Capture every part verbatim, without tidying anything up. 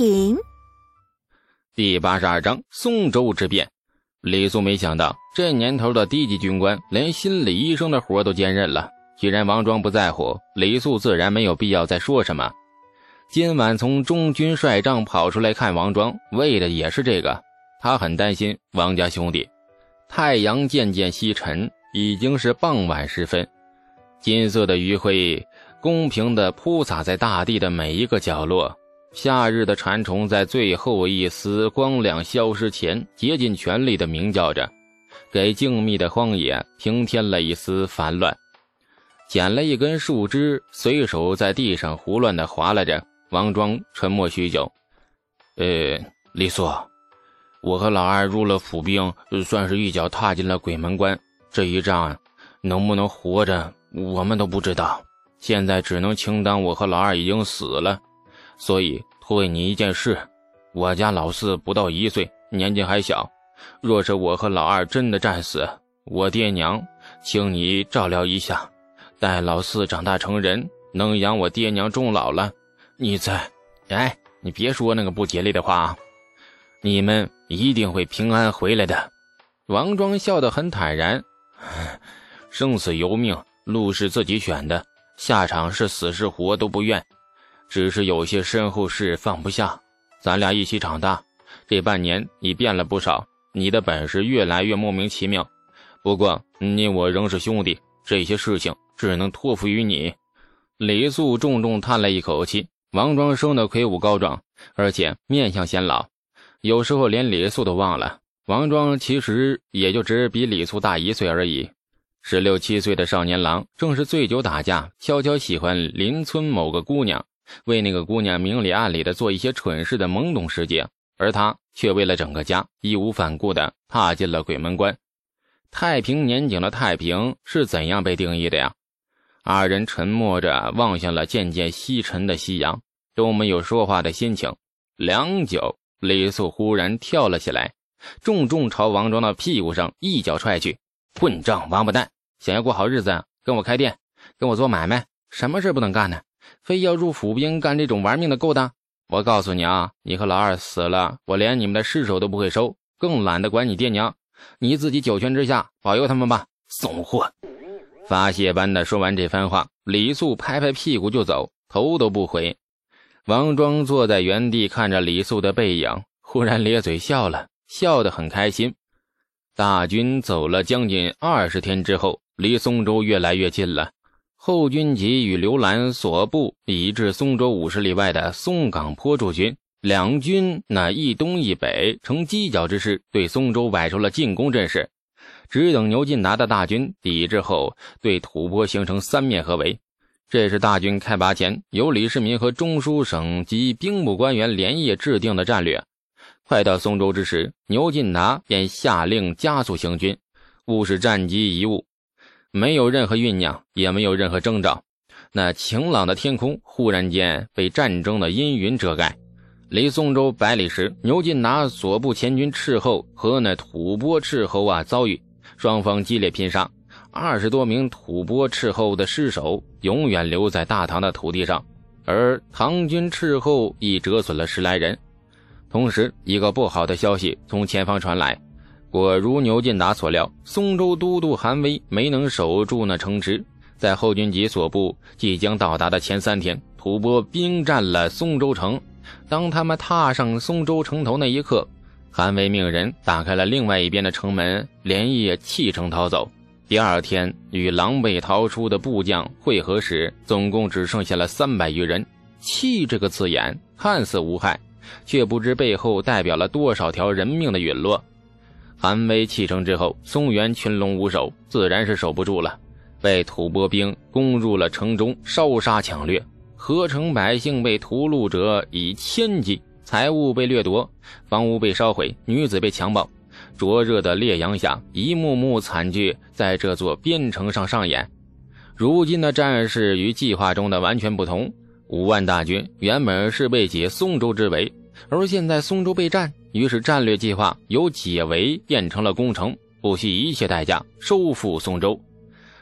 品。 第八十二章松州之变。李肃没想到这年头的低级军官连心理医生的活都兼任了，既然王庄不在乎，李肃自然没有必要再说什么。今晚从中军帅帐跑出来看王庄，为的也是这个。他很担心王家兄弟。太阳渐渐西沉，已经是傍晚时分，金色的余晖公平地铺洒在大地的每一个角落。夏日的蝉虫在最后一丝光亮消失前竭尽全力地鸣叫着，给静谧的荒野平添了一丝烦乱。捡了一根树枝，随手在地上胡乱地划拉着。王庄沉默许久。呃，李肃，我和老二入了府兵，算是一脚踏进了鬼门关。这一仗能不能活着我们都不知道，现在只能轻当我和老二已经死了。所以托为你一件事，我家老四不到一岁，年纪还小，若是我和老二真的战死，我爹娘请你照料一下，待老四长大成人，能养我爹娘终老了，你再……哎，你别说那个不吉利的话啊！你们一定会平安回来的。王庄笑得很坦然，生死由命，路是自己选的，下场是死是活都不怨，只是有些身后事放不下。咱俩一起长大，这半年你变了不少，你的本事越来越莫名其妙。不过你我仍是兄弟，这些事情只能托付于你。李肃重重叹了一口气。王庄生得魁梧高壮，而且面相显老，有时候连李肃都忘了。王庄其实也就只比李肃大一岁而已。十六七岁的少年郎正是醉酒打架，悄悄喜欢邻村某个姑娘，为那个姑娘明里暗里的做一些蠢事的懵懂世界，而他却为了整个家义无反顾地踏进了鬼门关。太平年景的太平是怎样被定义的呀？二人沉默着望向了渐渐西沉的夕阳，都没有说话的心情。良久，李肃忽然跳了起来，重重朝王庄的屁股上一脚踹去。混账王八蛋，想要过好日子，跟我开店，跟我做买卖，什么事不能干呢？非要入府兵干这种玩命的勾当？我告诉你啊，你和老二死了，我连你们的尸首都不会收，更懒得管你爹娘，你自己九泉之下保佑他们吧，怂货！发泄般的说完这番话，李肃拍拍屁股就走，头都不回。王庄坐在原地看着李肃的背影，忽然咧嘴笑了，笑得很开心。大军走了将近二十天之后，离松州越来越近了。后军集与刘兰所部以至松州五十里外的松岗坡驻军，两军那一东一北呈犄角之势，对松州摆出了进攻阵势，只等牛进达的大军抵制后，对吐蕃形成三面合围。这是大军开拔前由李世民和中书省及兵部官员连夜制定的战略。快到松州之时，牛进达便下令加速行军，务使战机一误。没有任何酝酿，也没有任何征兆，那晴朗的天空忽然间被战争的阴云遮盖。离松州百里时，牛进达所部前军斥候和那吐蕃斥候啊遭遇，双方激烈拼杀，二十多名吐蕃斥候的尸首永远留在大唐的土地上，而唐军斥候亦折损了十来人。同时，一个不好的消息从前方传来，果如牛进达所料，松州都督韩威没能守住那城池，在后军集所部即将到达的前三天，吐蕃兵占了松州城。当他们踏上松州城头那一刻，韩威命人打开了另外一边的城门，连夜弃城逃走。第二天与狼狈逃出的部将会合时，总共只剩下了三百余人。弃这个字眼看似无害，却不知背后代表了多少条人命的陨落。韩威弃城之后，松原群龙无首，自然是守不住了，被吐蕃兵攻入了城中，烧杀抢掠，合城百姓被屠戮者以千计，财物被掠夺，房屋被烧毁，女子被强暴。灼热的烈阳下，一幕幕惨剧在这座边城上上演。如今的战事与计划中的完全不同，五万大军原本是被解松州之围，而现在松州被占，于是战略计划由解围变成了攻城，不惜一切代价收复松州。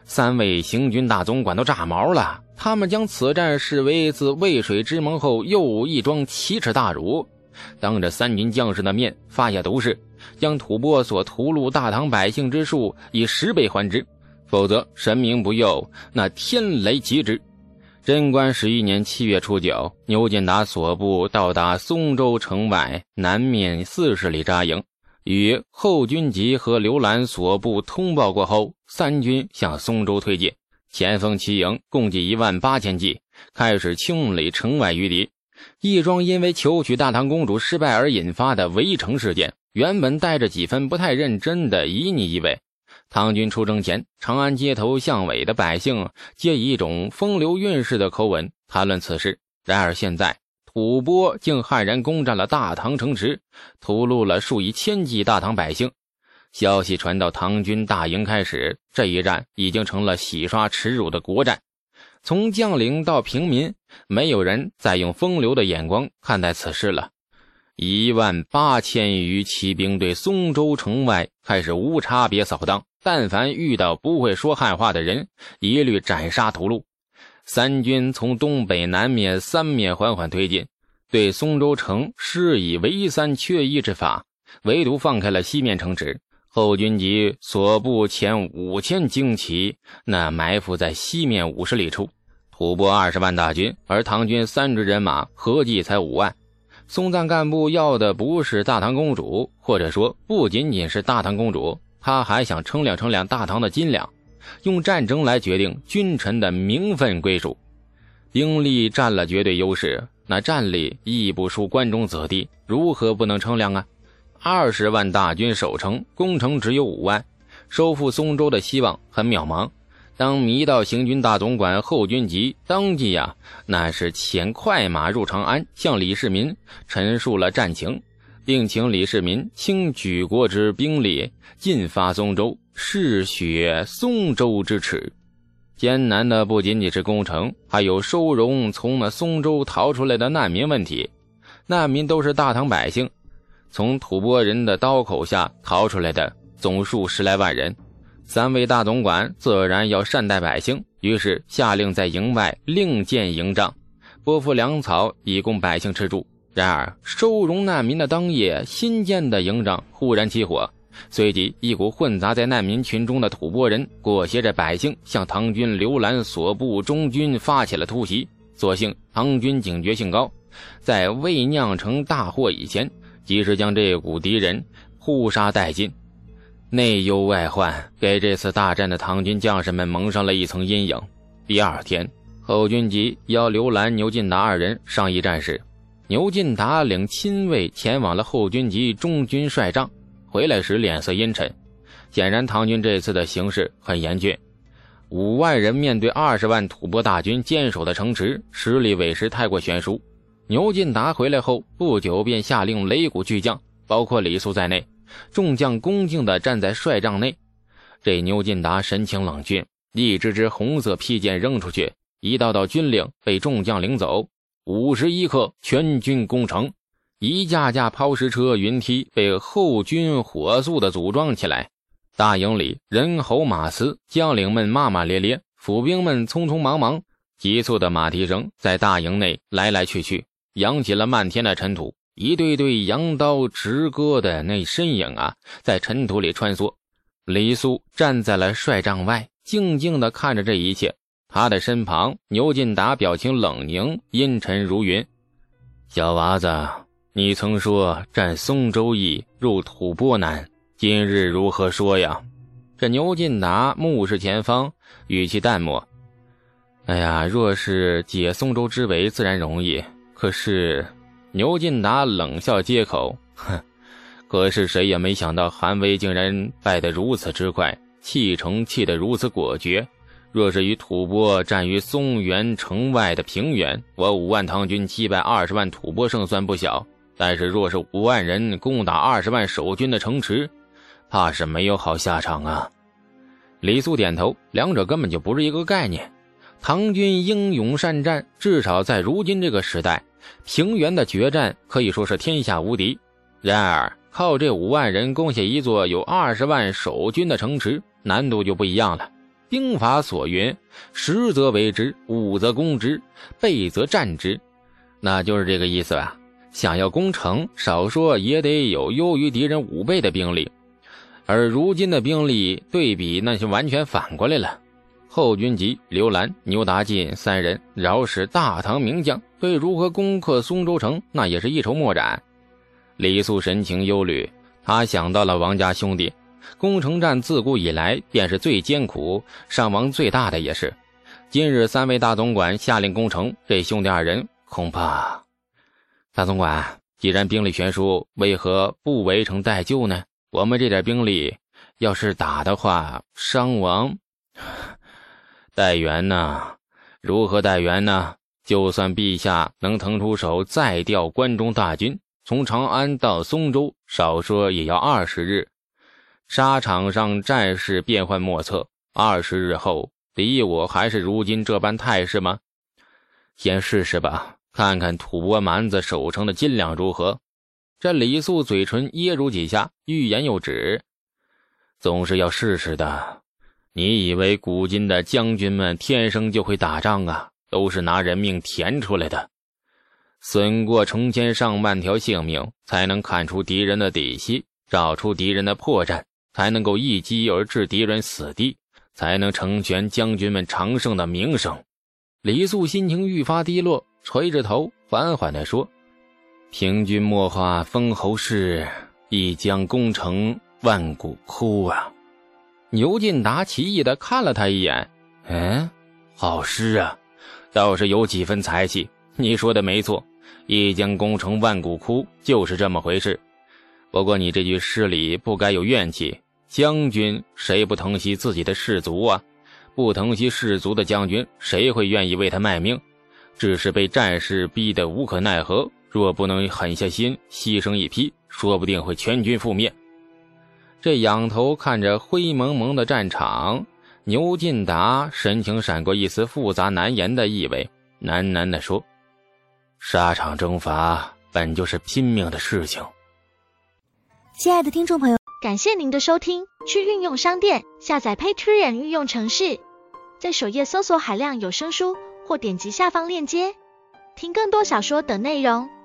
三位行军大总管都炸毛了，他们将此战视为自渭水之盟后又一桩奇耻大辱，当着三军将士的面发下毒誓，将吐蕃所屠戮大唐百姓之数以十倍还之，否则神明不佑，那天雷击之。贞观十一年七月初九，牛进达所部到达松州城外南面四十里扎营，与后军集和刘兰所部通报过后，三军向松州推进，前锋齐营共计一万八千骑，开始清理城外余敌。一桩因为求娶大唐公主失败而引发的围城事件，原本带着几分不太认真的旖旎意味。唐军出征前，长安街头巷尾的百姓皆以一种风流韵事的口吻谈论此事。然而现在，吐蕃竟悍然攻占了大唐城池，屠戮了数以千计大唐百姓。消息传到唐军大营开始，这一战已经成了洗刷耻辱的国战。从将领到平民，没有人再用风流的眼光看待此事了。一万八千余骑兵对松州城外开始无差别扫荡，但凡遇到不会说汉话的人，一律斩杀屠戮。三军从东北南面三面缓缓推进，对松州城施以围三缺一之法，唯独放开了西面城池。后军集所部前五千精骑，那埋伏在西面五十里处，吐蕃二十万大军，而唐军三支人马合计才五万。松赞干部要的不是大唐公主，或者说不仅仅是大唐公主，他还想称量称量大唐的斤两，用战争来决定君臣的名分归属。兵力占了绝对优势，那战力亦不输关中子弟，如何不能称量啊？二十万大军守城，攻城只有五万，收复松州的希望很渺茫。当迷道行军大总管后军集当即啊，那是遣快马入长安，向李世民陈述了战情，并请李世民倾举国之兵力进发松州，嗜血松州之耻。艰难的不仅仅是攻城，还有收容从那松州逃出来的难民问题。难民都是大唐百姓，从吐蕃人的刀口下逃出来的总数十来万人。三位大总管自然要善待百姓，于是下令在营外另建营帐，拨付粮草以供百姓吃住。然而收容难民的当夜，新建的营帐忽然起火，随即一股混杂在难民群中的吐蕃人裹挟着百姓向唐军刘兰所部中军发起了突袭。所幸唐军警觉性高，在未酿成大祸以前，及时将这股敌人扑杀殆尽。内忧外患给这次大战的唐军将士们蒙上了一层阴影。第二天，后军集邀刘兰、牛进达二人商议战事。牛进达领亲卫前往了后军集中军帅帐，回来时脸色阴沉，显然唐军这次的形势很严峻。五万人面对二十万吐蕃大军坚守的城池，实力委实太过悬殊。牛进达回来后不久便下令擂鼓巨将，包括李肃在内，众将恭敬地站在帅帐内。这牛进达神情冷峻，一支支红色披剑扔出去，一道道军令被众将领走。五十一刻，全军攻城。一架架抛石车、云梯被后军火速地组装起来。大营里人吼马嘶，将领们骂骂咧咧，府兵们匆匆忙忙，急促的马蹄声在大营内来来去去，扬起了漫天的尘土。一对对扬刀直戈的那身影啊，在尘土里穿梭。李肃站在了帅帐外，静静地看着这一切。他的身旁，牛进达表情冷凝，阴沉如云。小娃子，你曾说占松州易，入吐蕃难，今日如何说呀？这牛进达目视前方，语气淡漠。哎呀，若是解松州之围，自然容易。可是牛进达冷笑接口，哼，可是谁也没想到韩威竟然败得如此之快，弃城弃得如此果决。若是与吐蕃战于松原城外的平原，我五万唐军击败二十万吐蕃胜算不小，但是若是五万人攻打二十万守军的城池，怕是没有好下场啊。李肃点头，两者根本就不是一个概念。唐军英勇善战，至少在如今这个时代，平原的决战可以说是天下无敌。然而靠这五万人攻下一座有二十万守军的城池，难度就不一样了。 兵法所云，实则为之，武则攻之，备则战之，那就是这个意思吧。想要攻城，少说也得有优于敌人五倍的兵力，而如今的兵力对比那就完全反过来了。后军及刘兰、牛达进三人饶是大唐名将，对如何攻克松州城那也是一筹莫展。李肃神情忧虑，他想到了王家兄弟，攻城战自古以来便是最艰苦，伤亡最大的也是。今日三位大总管下令攻城，这兄弟二人恐怕……大总管，既然兵力悬殊，为何不围城待救呢？我们这点兵力要是打的话，伤亡……待援呢？如何待援呢？就算陛下能腾出手再调关中大军，从长安到松州，少说也要二十日。沙场上战事变幻莫测，二十日后，敌我还是如今这般态势吗？先试试吧，看看吐蕃蛮子守城的斤两如何。这李肃嘴唇噎住几下，欲言又止。总是要试试的。你以为古今的将军们天生就会打仗啊？都是拿人命填出来的。损过成千上万条性命，才能看出敌人的底细，找出敌人的破绽，才能够一击而置敌人死地，才能成全将军们长胜的名声。李肃心情愈发低落，垂着头缓缓地说：平君莫话封侯事，一将功成万骨枯啊。牛进达奇异地看了他一眼，嗯，好诗啊，倒是有几分才气。你说的没错，一将功成万骨枯就是这么回事。不过你这句诗里不该有怨气，将军谁不疼惜自己的士卒啊？不疼惜士卒的将军，谁会愿意为他卖命？只是被战事逼得无可奈何，若不能狠下心牺牲一批，说不定会全军覆灭。这仰头看着灰蒙蒙的战场，牛进达神情闪过一丝复杂难言的意味，喃喃地说：沙场征伐本就是拼命的事情。 亲爱的听众朋友，感谢您的收听，去运用商店下载 Patreon 运用程式，在首页搜索海量有声书，或点击下方链接听更多小说等内容。